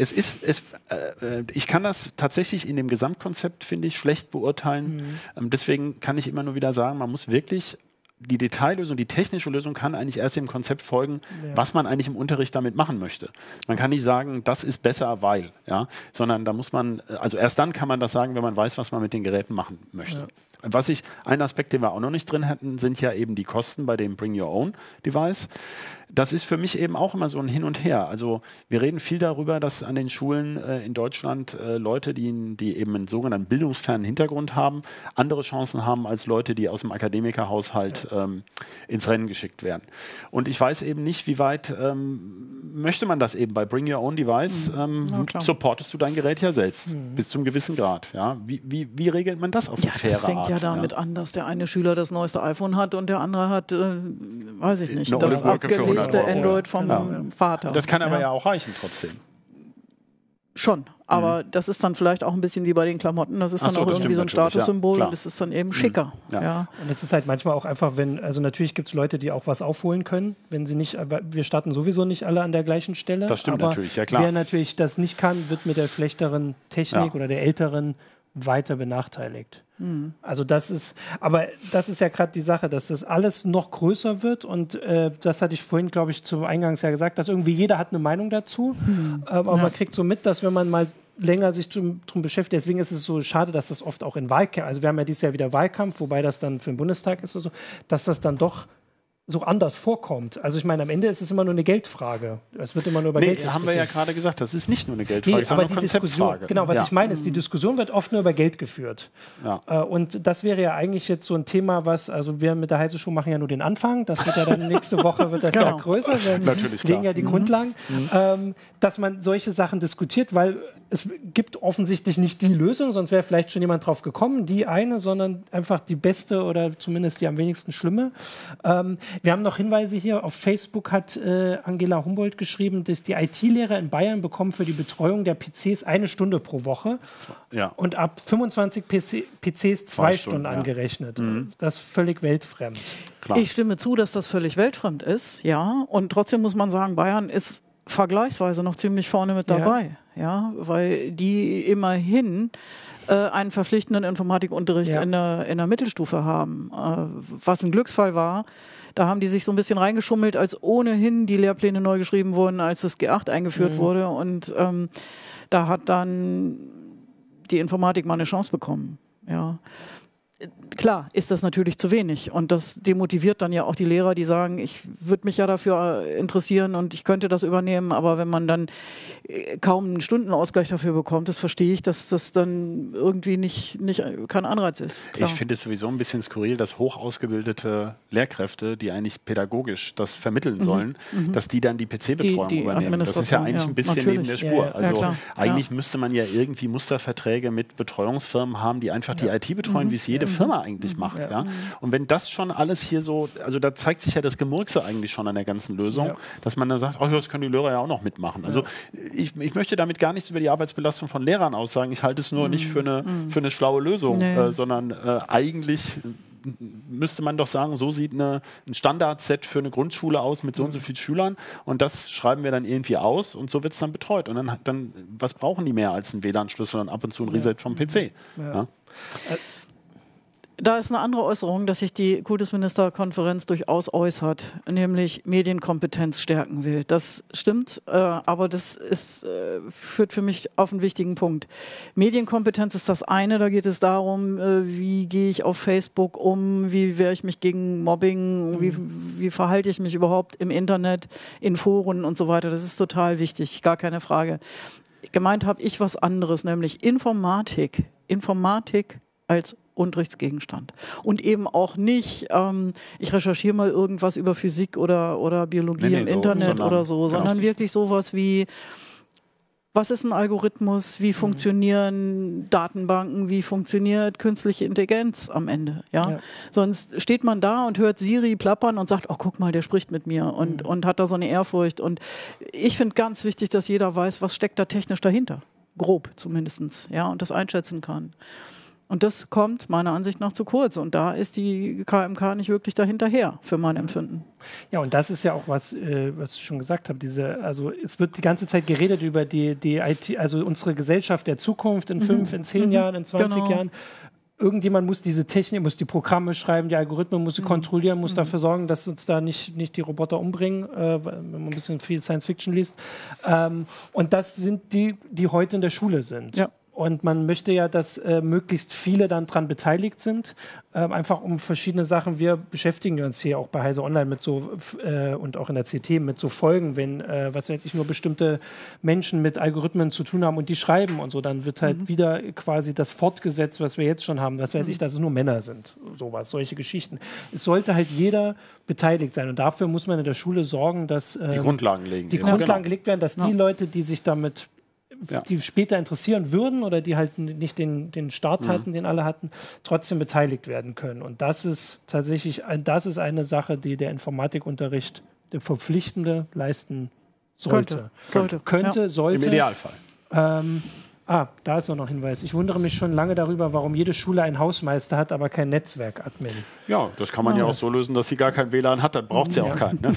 ich kann das tatsächlich in dem Gesamtkonzept, finde ich, schlecht beurteilen. Deswegen kann ich immer nur wieder sagen, man muss wirklich die Detaillösung, die technische Lösung kann eigentlich erst dem Konzept folgen, was man eigentlich im Unterricht damit machen möchte. Man kann nicht sagen, das ist besser, weil, ja, sondern da muss man, also erst dann kann man das sagen, wenn man weiß, was man mit den Geräten machen möchte. Ja. Ein Aspekt, den wir auch noch nicht drin hatten, sind ja eben die Kosten bei dem Bring Your Own Device. Das ist für mich eben auch immer so ein Hin und Her. Also wir reden viel darüber, dass an den Schulen in Deutschland Leute, die eben einen sogenannten bildungsfernen Hintergrund haben, andere Chancen haben als Leute, die aus dem Akademikerhaushalt ins Rennen geschickt werden. Und ich weiß eben nicht, wie weit möchte man das eben bei Bring Your Own Device, supportest du dein Gerät ja selbst, bis zum gewissen Grad. Ja? Wie regelt man das auf eine faire Art? Das fängt ja damit an, dass der eine Schüler das neueste iPhone hat und der andere hat, weiß ich nicht, das abgelegte Android vom Vater. Das kann aber ja auch reichen trotzdem. Schon, aber das ist dann vielleicht auch ein bisschen wie bei den Klamotten, das ist dann auch irgendwie so ein Statussymbol und das ist dann eben schicker. Ja. Und es ist halt manchmal auch einfach, also natürlich gibt es Leute, die auch was aufholen können, wenn sie nicht, wir starten sowieso nicht alle an der gleichen Stelle. Das stimmt aber natürlich, ja klar. Wer natürlich das nicht kann, wird mit der schlechteren Technik oder der älteren weiter benachteiligt. Also das ist ja gerade die Sache, dass das alles noch größer wird und das hatte ich vorhin, glaube ich, zum Eingangs ja gesagt, dass irgendwie jeder hat eine Meinung dazu, aber man kriegt so mit, dass wenn man mal länger sich drum beschäftigt, deswegen ist es so schade, dass das oft auch in Wahlkampf, also wir haben ja dieses Jahr wieder Wahlkampf, wobei das dann für den Bundestag ist oder so, dass das dann doch so anders vorkommt. Also ich meine, am Ende ist es immer nur eine Geldfrage. Es wird immer nur über Geld diskutiert. Haben wir ja gerade gesagt, das ist nicht nur eine Geldfrage, sondern eine Konzeptfrage. Genau, was ich meine ist, die Diskussion wird oft nur über Geld geführt. Ja. Und das wäre ja eigentlich jetzt so ein Thema, also wir mit der Heise Show machen ja nur den Anfang, das wird ja dann nächste Woche wird das ja größer, wir legen ja die Grundlagen, dass man solche Sachen diskutiert, weil es gibt offensichtlich nicht die Lösung, sonst wäre vielleicht schon jemand drauf gekommen, die eine, sondern einfach die beste oder zumindest die am wenigsten schlimme. Wir haben noch Hinweise hier. Auf Facebook hat Angela Humboldt geschrieben, dass die IT-Lehrer in Bayern bekommen für die Betreuung der PCs 1 Stunde pro Woche und ab 25 PCs 2 Stunden angerechnet. Das ist völlig weltfremd. Klar. Ich stimme zu, dass das völlig weltfremd ist, ja. Und trotzdem muss man sagen, Bayern ist vergleichsweise noch ziemlich vorne mit dabei, weil die immerhin einen verpflichtenden Informatikunterricht in der Mittelstufe haben, was ein Glücksfall war. Da haben die sich so ein bisschen reingeschummelt, als ohnehin die Lehrpläne neu geschrieben wurden, als das G8 eingeführt wurde. Und da hat dann die Informatik mal eine Chance bekommen. Ja. Klar ist das natürlich zu wenig und das demotiviert dann ja auch die Lehrer, die sagen, ich würde mich ja dafür interessieren und ich könnte das übernehmen, aber wenn man dann kaum einen Stundenausgleich dafür bekommt, das verstehe ich, dass das dann irgendwie nicht kein Anreiz ist. Klar. Ich finde es sowieso ein bisschen skurril, dass hoch ausgebildete Lehrkräfte, die eigentlich pädagogisch das vermitteln sollen, dass die dann die PC-Betreuung übernehmen. Das ist ja eigentlich ein bisschen neben der Spur. Also eigentlich müsste man ja irgendwie Musterverträge mit Betreuungsfirmen haben, die einfach die IT betreuen, wie es jede Firma eigentlich macht. Ja. Und wenn das schon alles hier so, also da zeigt sich ja das Gemurkse eigentlich schon an der ganzen Lösung, dass man dann sagt, ach ja, das können die Lehrer ja auch noch mitmachen. Also ich möchte damit gar nichts über die Arbeitsbelastung von Lehrern aussagen. Ich halte es nur nicht für eine schlaue Lösung, sondern eigentlich müsste man doch sagen, so sieht ein Standardset für eine Grundschule aus mit so und so vielen Schülern und das schreiben wir dann irgendwie aus und so wird es dann betreut. Und dann, was brauchen die mehr als einen WLAN-Schlüssel und ab und zu ein Reset vom PC? Ja. Da ist eine andere Äußerung, dass sich die Kultusministerkonferenz durchaus äußert, nämlich Medienkompetenz stärken will. Das stimmt, aber das führt für mich auf einen wichtigen Punkt. Medienkompetenz ist das eine, da geht es darum, wie gehe ich auf Facebook um, wie wehre ich mich gegen Mobbing, wie verhalte ich mich überhaupt im Internet, in Foren und so weiter. Das ist total wichtig, gar keine Frage. Gemeint habe ich was anderes, nämlich Informatik als Unterrichtsgegenstand. Und eben auch nicht, ich recherchiere mal irgendwas über Physik oder Biologie im Internet oder so, sondern wirklich sowas wie, was ist ein Algorithmus, wie funktionieren Datenbanken, wie funktioniert künstliche Intelligenz am Ende. Ja? Sonst steht man da und hört Siri plappern und sagt, oh guck mal, der spricht mit mir und hat da so eine Ehrfurcht. Und ich finde ganz wichtig, dass jeder weiß, was steckt da technisch dahinter. Grob zumindest, ja, und das einschätzen kann. Und das kommt meiner Ansicht nach zu kurz. Und da ist die KMK nicht wirklich dahinterher, für mein Empfinden. Ja, und das ist ja auch was ich schon gesagt habe. Also es wird die ganze Zeit geredet über die IT, also unsere Gesellschaft der Zukunft in 5, in 10 Jahren, in 20 Jahren. irgendjemand muss diese Technik, muss die Programme schreiben, die Algorithmen muss sie kontrollieren, muss dafür sorgen, dass uns da nicht die Roboter umbringen, wenn man ein bisschen viel Science-Fiction liest. Und das sind die heute in der Schule sind. Ja. Und man möchte ja, dass möglichst viele dann dran beteiligt sind, einfach um verschiedene Sachen. Wir beschäftigen uns hier auch bei Heise Online mit so und auch in der CT mit so Folgen, wenn, was weiß ich, nur bestimmte Menschen mit Algorithmen zu tun haben und die schreiben und so, dann wird halt wieder quasi das fortgesetzt, was wir jetzt schon haben, was weiß ich, dass es nur Männer sind, sowas, solche Geschichten. Es sollte halt jeder beteiligt sein und dafür muss man in der Schule sorgen, dass die Grundlagen legen. Die Grundlagen gelegt werden, dass die Leute, die sich damit die später interessieren würden oder die halt nicht den Start hatten, den alle hatten, trotzdem beteiligt werden können. Und das ist tatsächlich, eine Sache, die der Informatikunterricht, der Verpflichtende, leisten sollte. Sollte. Im Idealfall. Da ist noch ein Hinweis. Ich wundere mich schon lange darüber, warum jede Schule einen Hausmeister hat, aber kein Netzwerk-Admin. Ja, das kann man ja auch so lösen, dass sie gar kein WLAN hat, dann braucht sie auch keinen. Ne?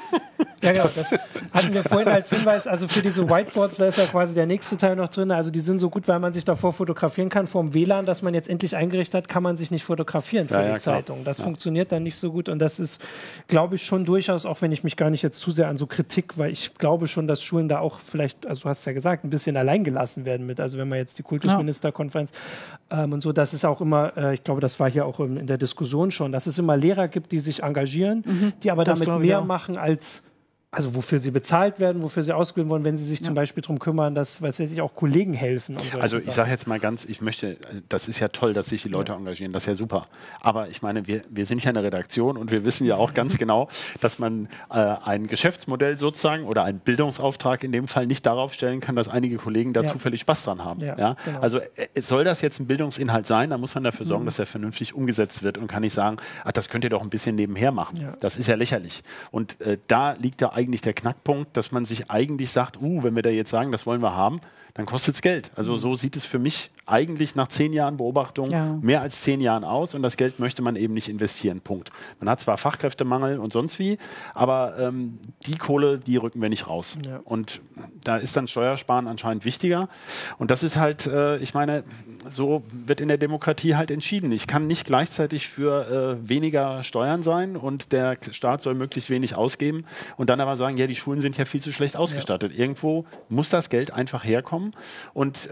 Ja, genau. Das hatten wir vorhin als Hinweis. Also für diese Whiteboards, da ist ja quasi der nächste Teil noch drin. Also die sind so gut, weil man sich davor fotografieren kann. Vom WLAN, das man jetzt endlich eingerichtet hat, kann man sich nicht fotografieren für die Zeitung. Das funktioniert dann nicht so gut. Und das ist, glaube ich, schon durchaus, auch wenn ich mich gar nicht jetzt zu sehr an so Kritik, weil ich glaube schon, dass Schulen da auch vielleicht, also du hast ja gesagt, ein bisschen allein gelassen werden mit. Also wenn man jetzt die Kultusministerkonferenz und so, das ist auch immer, ich glaube, das war hier auch in der Diskussion schon, dass es immer Lehrer gibt, die sich engagieren, die aber damit mehr machen als also wofür sie bezahlt werden, wofür sie ausgebildet wurden, wenn sie sich zum Beispiel darum kümmern, dass, was weiß ich, auch Kollegen helfen. Und also ich sage jetzt mal ganz, das ist ja toll, dass sich die Leute engagieren, das ist ja super. Aber ich meine, wir sind ja eine Redaktion und wir wissen ja auch ganz genau, dass man ein Geschäftsmodell sozusagen oder einen Bildungsauftrag in dem Fall nicht darauf stellen kann, dass einige Kollegen da zufällig Spaß dran haben. Ja? Genau. Also soll das jetzt ein Bildungsinhalt sein, dann muss man dafür sorgen, dass er vernünftig umgesetzt wird und kann nicht sagen, das könnt ihr doch ein bisschen nebenher machen. Ja. Das ist ja lächerlich. Und da liegt ja eigentlich der Knackpunkt, dass man sich eigentlich sagt, wenn wir da jetzt sagen, das wollen wir haben, dann kostet es Geld. Also so sieht es für mich eigentlich nach 10 Jahren Beobachtung mehr als 10 Jahren aus und das Geld möchte man eben nicht investieren. Punkt. Man hat zwar Fachkräftemangel und sonst wie, aber die Kohle, die rücken wir nicht raus. Ja. Und da ist dann Steuersparen anscheinend wichtiger. Und das ist halt, ich meine, so wird in der Demokratie halt entschieden. Ich kann nicht gleichzeitig für weniger Steuern sein und der Staat soll möglichst wenig ausgeben und dann aber sagen, ja, die Schulen sind ja viel zu schlecht ausgestattet. Ja. Irgendwo muss das Geld einfach herkommen. Und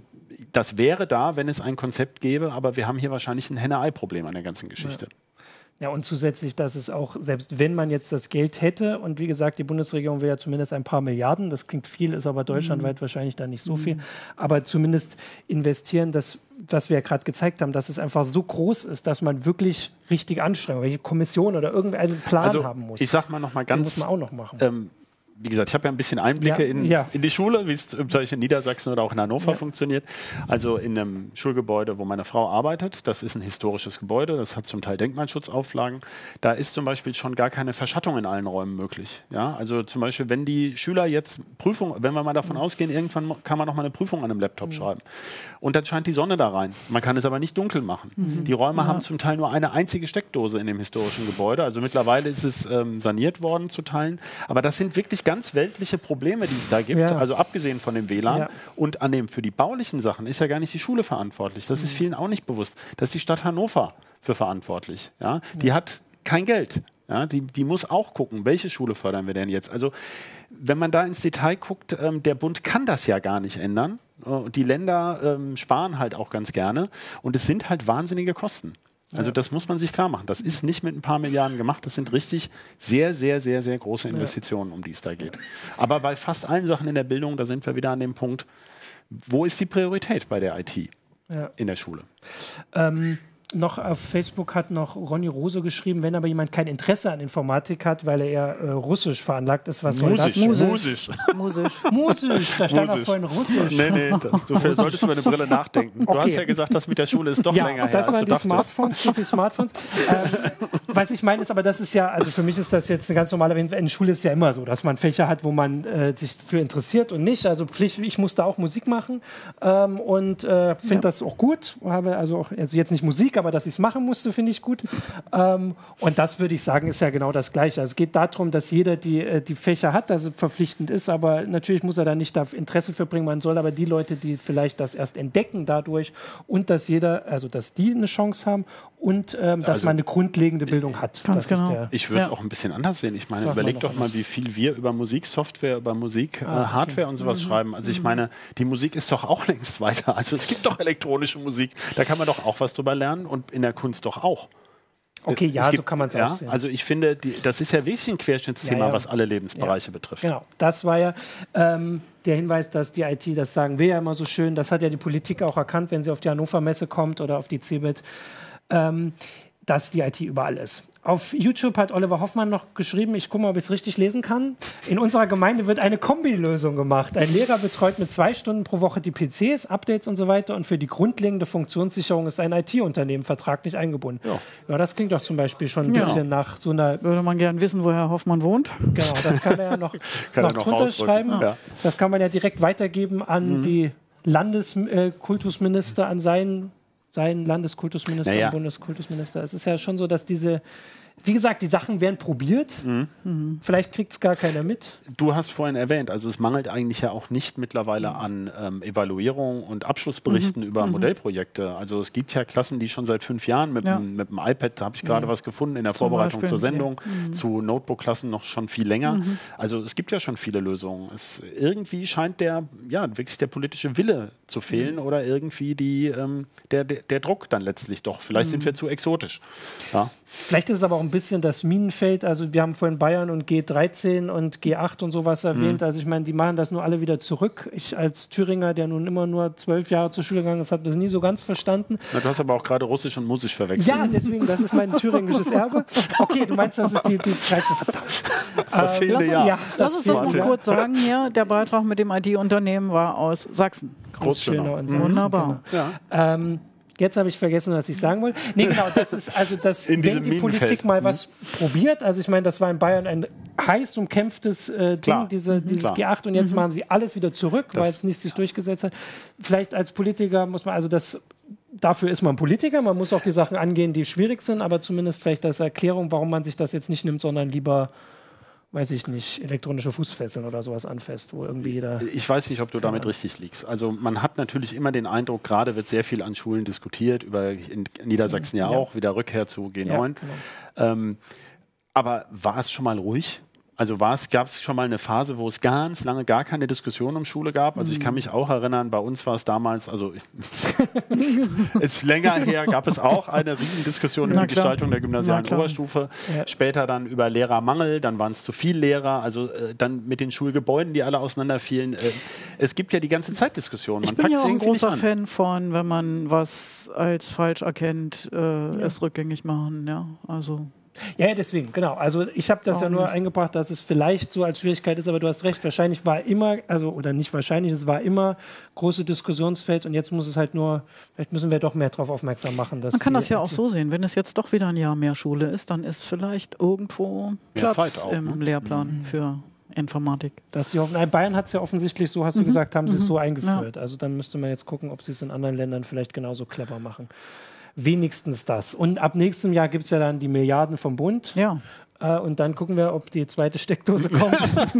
das wäre da, wenn es ein Konzept gäbe, aber wir haben hier wahrscheinlich ein Henne-Ei-Problem an der ganzen Geschichte. Ja, und zusätzlich, dass es auch, selbst wenn man jetzt das Geld hätte, und wie gesagt, die Bundesregierung will ja zumindest ein paar Milliarden, das klingt viel, ist aber deutschlandweit wahrscheinlich dann nicht so viel, aber zumindest investieren, das, was wir ja gerade gezeigt haben, dass es einfach so groß ist, dass man wirklich richtig Anstrengungen, welche Kommission oder irgendeinen Plan haben muss. Ich sag mal noch mal ganz... Den muss man auch noch machen. Wie gesagt, ich habe ja ein bisschen Einblicke in die Schule, wie es zum Beispiel in Niedersachsen oder auch in Hannover funktioniert. Also in einem Schulgebäude, wo meine Frau arbeitet, das ist ein historisches Gebäude, das hat zum Teil Denkmalschutzauflagen. Da ist zum Beispiel schon gar keine Verschattung in allen Räumen möglich. Ja? Also zum Beispiel, wenn die Schüler jetzt Prüfung, wenn wir mal davon ausgehen, irgendwann kann man noch mal eine Prüfung an einem Laptop schreiben. Und dann scheint die Sonne da rein. Man kann es aber nicht dunkel machen. Die Räume haben zum Teil nur eine einzige Steckdose in dem historischen Gebäude. Also mittlerweile ist es saniert worden zu Teilen. Aber das sind wirklich ganz weltliche Probleme, die es da gibt, also abgesehen von dem WLAN. Ja. Und für die baulichen Sachen ist ja gar nicht die Schule verantwortlich. Das ist vielen auch nicht bewusst. Das ist die Stadt Hannover für verantwortlich. Ja? Die hat kein Geld. Ja? Die muss auch gucken, welche Schule fördern wir denn jetzt. Also wenn man da ins Detail guckt, der Bund kann das ja gar nicht ändern. Die Länder sparen halt auch ganz gerne. Und es sind halt wahnsinnige Kosten. Also das muss man sich klar machen. Das ist nicht mit ein paar Milliarden gemacht. Das sind richtig sehr, sehr, sehr, sehr große Investitionen, um die es da geht. Aber bei fast allen Sachen in der Bildung, da sind wir wieder an dem Punkt, wo ist die Priorität bei der IT in der Schule? Noch auf Facebook hat noch Ronny Rose geschrieben, wenn aber jemand kein Interesse an Informatik hat, weil er eher russisch veranlagt ist, was soll das? Musisch. Da stand auch vorhin Russisch. Nee, du solltest über eine Brille nachdenken. Du hast ja gesagt, das mit der Schule ist doch länger her. Das waren die Smartphones, zu viele Smartphones. was ich meine ist, aber das ist ja, also für mich ist das jetzt eine ganz normale, in der Schule ist es ja immer so, dass man Fächer hat, wo man sich für interessiert und nicht. Also Pflicht, ich musste auch Musik machen und finde das auch gut. Habe also jetzt nicht Musik, aber dass ich es machen musste, finde ich gut. Und das würde ich sagen, ist ja genau das Gleiche. Also es geht darum, dass jeder die Fächer hat, dass es verpflichtend ist, aber natürlich muss er da nicht da Interesse für bringen. Man soll aber die Leute, die vielleicht das erst entdecken dadurch und dass dass die eine Chance haben und dass man eine grundlegende Bildung hat. Ganz genau. Ich würde es auch ein bisschen anders sehen. Ich meine, überleg doch mal, wie viel wir über Musiksoftware, über Hardware und sowas schreiben. Also ich meine, die Musik ist doch auch längst weiter. Also es gibt doch elektronische Musik. Da kann man doch auch was drüber lernen und in der Kunst doch auch. Okay, ja, so kann man es auch sehen. Also ich finde, das ist ja wirklich ein Querschnittsthema, was alle Lebensbereiche betrifft. Genau, das war ja der Hinweis, dass die IT, das sagen wir ja immer so schön, das hat ja die Politik auch erkannt, wenn sie auf die Hannover Messe kommt oder auf die CeBIT, dass die IT überall ist. Auf YouTube hat Oliver Hoffmann noch geschrieben, ich gucke mal, ob ich es richtig lesen kann. In unserer Gemeinde wird eine Kombilösung gemacht. Ein Lehrer betreut mit 2 Stunden pro Woche die PCs, Updates und so weiter und für die grundlegende Funktionssicherung ist ein IT-Unternehmen vertraglich eingebunden. Ja, das klingt doch zum Beispiel schon ein bisschen nach so einer... Würde man gern wissen, wo Herr Hoffmann wohnt? Genau, das kann er ja noch drunter schreiben. Ja. Das kann man ja direkt weitergeben an die Landeskultusminister, an sein Landeskultusminister und Bundeskultusminister. Es ist ja schon so, dass wie gesagt, die Sachen werden probiert. Vielleicht kriegt es gar keiner mit. Du hast vorhin erwähnt, also es mangelt eigentlich ja auch nicht mittlerweile an Evaluierung und Abschlussberichten über Modellprojekte. Also es gibt ja Klassen, die schon seit 5 Jahren mit dem iPad, da habe ich gerade was gefunden in der Vorbereitung zur Sendung, zu Notebook-Klassen noch schon viel länger. Also es gibt ja schon viele Lösungen. Irgendwie scheint wirklich der politische Wille zu fehlen oder irgendwie der Druck dann letztlich doch. Vielleicht sind wir zu exotisch. Ja. Vielleicht ist es aber auch ein bisschen das Minenfeld. Also wir haben vorhin Bayern und G13 und G8 und sowas erwähnt. Also ich meine, die machen das nur alle wieder zurück. Ich als Thüringer, der nun immer nur 12 Jahre zur Schule gegangen ist, habe das nie so ganz verstanden. Na, du hast aber auch gerade Russisch und Musisch verwechselt. Ja, deswegen, das ist mein thüringisches Erbe. Okay, du meinst, das ist die 13. Das fehlende Jahr. Lass uns das noch kurz sagen hier. Der Beitrag mit dem IT-Unternehmen war aus Sachsen. Großschönau und Sachsen. Wunderbar. Genau. Ja. Jetzt habe ich vergessen, was ich sagen wollte. Nee, genau, das ist also das, wenn die Politik mal was probiert, also ich meine, das war in Bayern ein heiß umkämpftes Ding, dieses G8 und jetzt machen sie alles wieder zurück, weil es nicht sich durchgesetzt hat. Vielleicht als Politiker muss man, dafür ist man Politiker, man muss auch die Sachen angehen, die schwierig sind, aber zumindest vielleicht als Erklärung, warum man sich das jetzt nicht nimmt, sondern lieber weiß ich nicht, elektronische Fußfesseln oder sowas anfasst, wo irgendwie jeder... Ich weiß nicht, ob du damit richtig liegst. Also man hat natürlich immer den Eindruck, gerade wird sehr viel an Schulen diskutiert, in Niedersachsen auch, wieder Rückkehr zu G9. Ja, genau. Aber war es schon mal ruhig? Also gab es schon mal eine Phase, wo es ganz lange gar keine Diskussion um Schule gab? Also ich kann mich auch erinnern, bei uns war es damals, ist länger her, gab es auch eine Riesendiskussion über die Gestaltung der gymnasialen Oberstufe. Ja. Später dann über Lehrermangel, dann waren es zu viel Lehrer, also dann mit den Schulgebäuden, die alle auseinanderfielen. Es gibt ja die ganze Zeit Diskussionen. Ich bin ja auch ein großer Fan von, wenn man was als falsch erkennt, es rückgängig machen. Ja, also... Ja, deswegen, genau. Also ich habe das nur eingebracht, dass es vielleicht so als Schwierigkeit ist, aber du hast recht, wahrscheinlich war immer, oder nicht wahrscheinlich, es war immer große Diskussionsfeld und jetzt muss es halt vielleicht müssen wir doch mehr darauf aufmerksam machen. Dass man kann das ja auch so sehen, wenn es jetzt doch wieder ein Jahr mehr Schule ist, dann ist vielleicht irgendwo Platz im Lehrplan für Informatik. Bayern hat es ja offensichtlich so, hast du gesagt, haben sie es so eingeführt. Ja. Also dann müsste man jetzt gucken, ob sie es in anderen Ländern vielleicht genauso clever machen. Wenigstens das. Und ab nächstem Jahr gibt es ja dann die Milliarden vom Bund. Ja. Und dann gucken wir, ob die zweite Steckdose kommt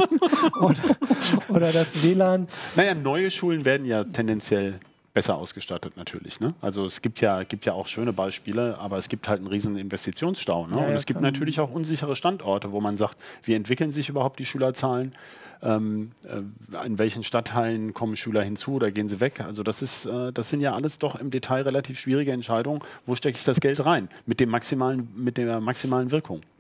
oder das WLAN. Naja, neue Schulen werden ja tendenziell besser ausgestattet natürlich. Ne? Also es gibt ja auch schöne Beispiele, aber es gibt halt einen riesen Investitionsstau. Ne? Und es gibt natürlich auch unsichere Standorte, wo man sagt, wie entwickeln sich überhaupt die Schülerzahlen? In welchen Stadtteilen kommen Schüler hinzu oder gehen sie weg? Also das sind ja alles doch im Detail relativ schwierige Entscheidungen. Wo stecke ich das Geld rein? Mit der maximalen Wirkung.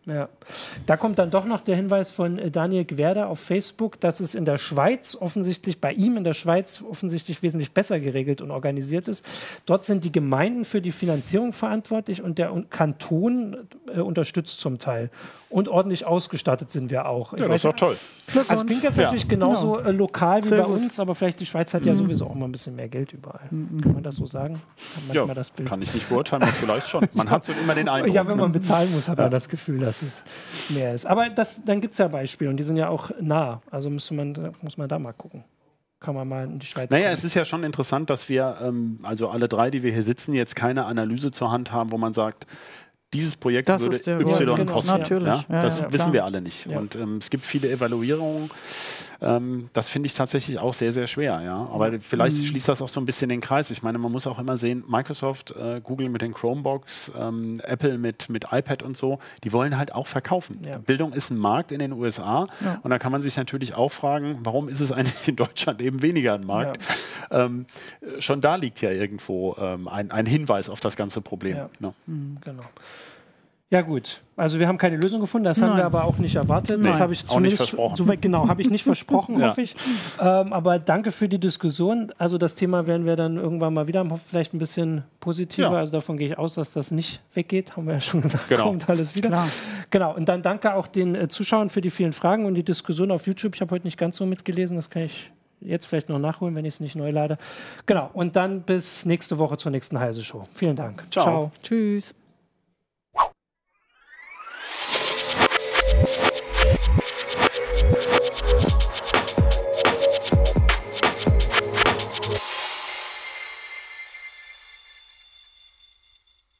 Ja. Da kommt dann doch noch der Hinweis von Daniel Gwerder auf Facebook, dass es in der Schweiz offensichtlich, bei ihm in der Schweiz offensichtlich wesentlich besser geregelt und organisiert ist. Dort sind die Gemeinden für die Finanzierung verantwortlich und der Kanton unterstützt zum Teil. Und ordentlich ausgestattet sind wir auch. Ja, das ist doch toll. Also klingt jetzt natürlich genauso lokal wie bei uns, aber vielleicht die Schweiz hat ja sowieso auch mal ein bisschen mehr Geld überall. Kann man das so sagen? Ja, das Bild. Kann ich nicht beurteilen, aber vielleicht schon. Man hat so immer den Eindruck. Ja, wenn man bezahlen muss, hat man das Gefühl, dass es mehr ist. Aber dann gibt es ja Beispiele und die sind ja auch nah. Also muss man da mal gucken. Kann man mal in die Schweiz kommen. Es ist ja schon interessant, dass wir, also alle drei, die wir hier sitzen, jetzt keine Analyse zur Hand haben, wo man sagt, dieses Projekt würde Y kosten. Natürlich. Ja? Das wissen wir alle nicht. Ja. Und es gibt viele Evaluierungen. Das finde ich tatsächlich auch sehr, sehr schwer. Ja? Aber vielleicht schließt das auch so ein bisschen den Kreis. Ich meine, man muss auch immer sehen, Microsoft, Google mit den Chromebooks, Apple mit iPad und so, die wollen halt auch verkaufen. Ja. Bildung ist ein Markt in den USA. Ja. Und da kann man sich natürlich auch fragen, warum ist es eigentlich in Deutschland eben weniger ein Markt? Ja. Schon da liegt ja irgendwo ein Hinweis auf das ganze Problem. Ja. Ja. Genau. Ja gut, also wir haben keine Lösung gefunden, das haben wir aber auch nicht erwartet. Nein, das habe ich zumindest auch nicht versprochen. Genau, habe ich nicht versprochen, hoffe ich. Aber danke für die Diskussion. Also das Thema werden wir dann irgendwann mal wieder haben, vielleicht ein bisschen positiver. Ja. Also davon gehe ich aus, dass das nicht weggeht, haben wir ja schon gesagt, kommt alles wieder. Klar. Genau, und dann danke auch den Zuschauern für die vielen Fragen und die Diskussion auf YouTube. Ich habe heute nicht ganz so mitgelesen, das kann ich jetzt vielleicht noch nachholen, wenn ich es nicht neu lade. Genau, und dann bis nächste Woche zur nächsten Heise Show. Vielen Dank. Ciao. Tschüss.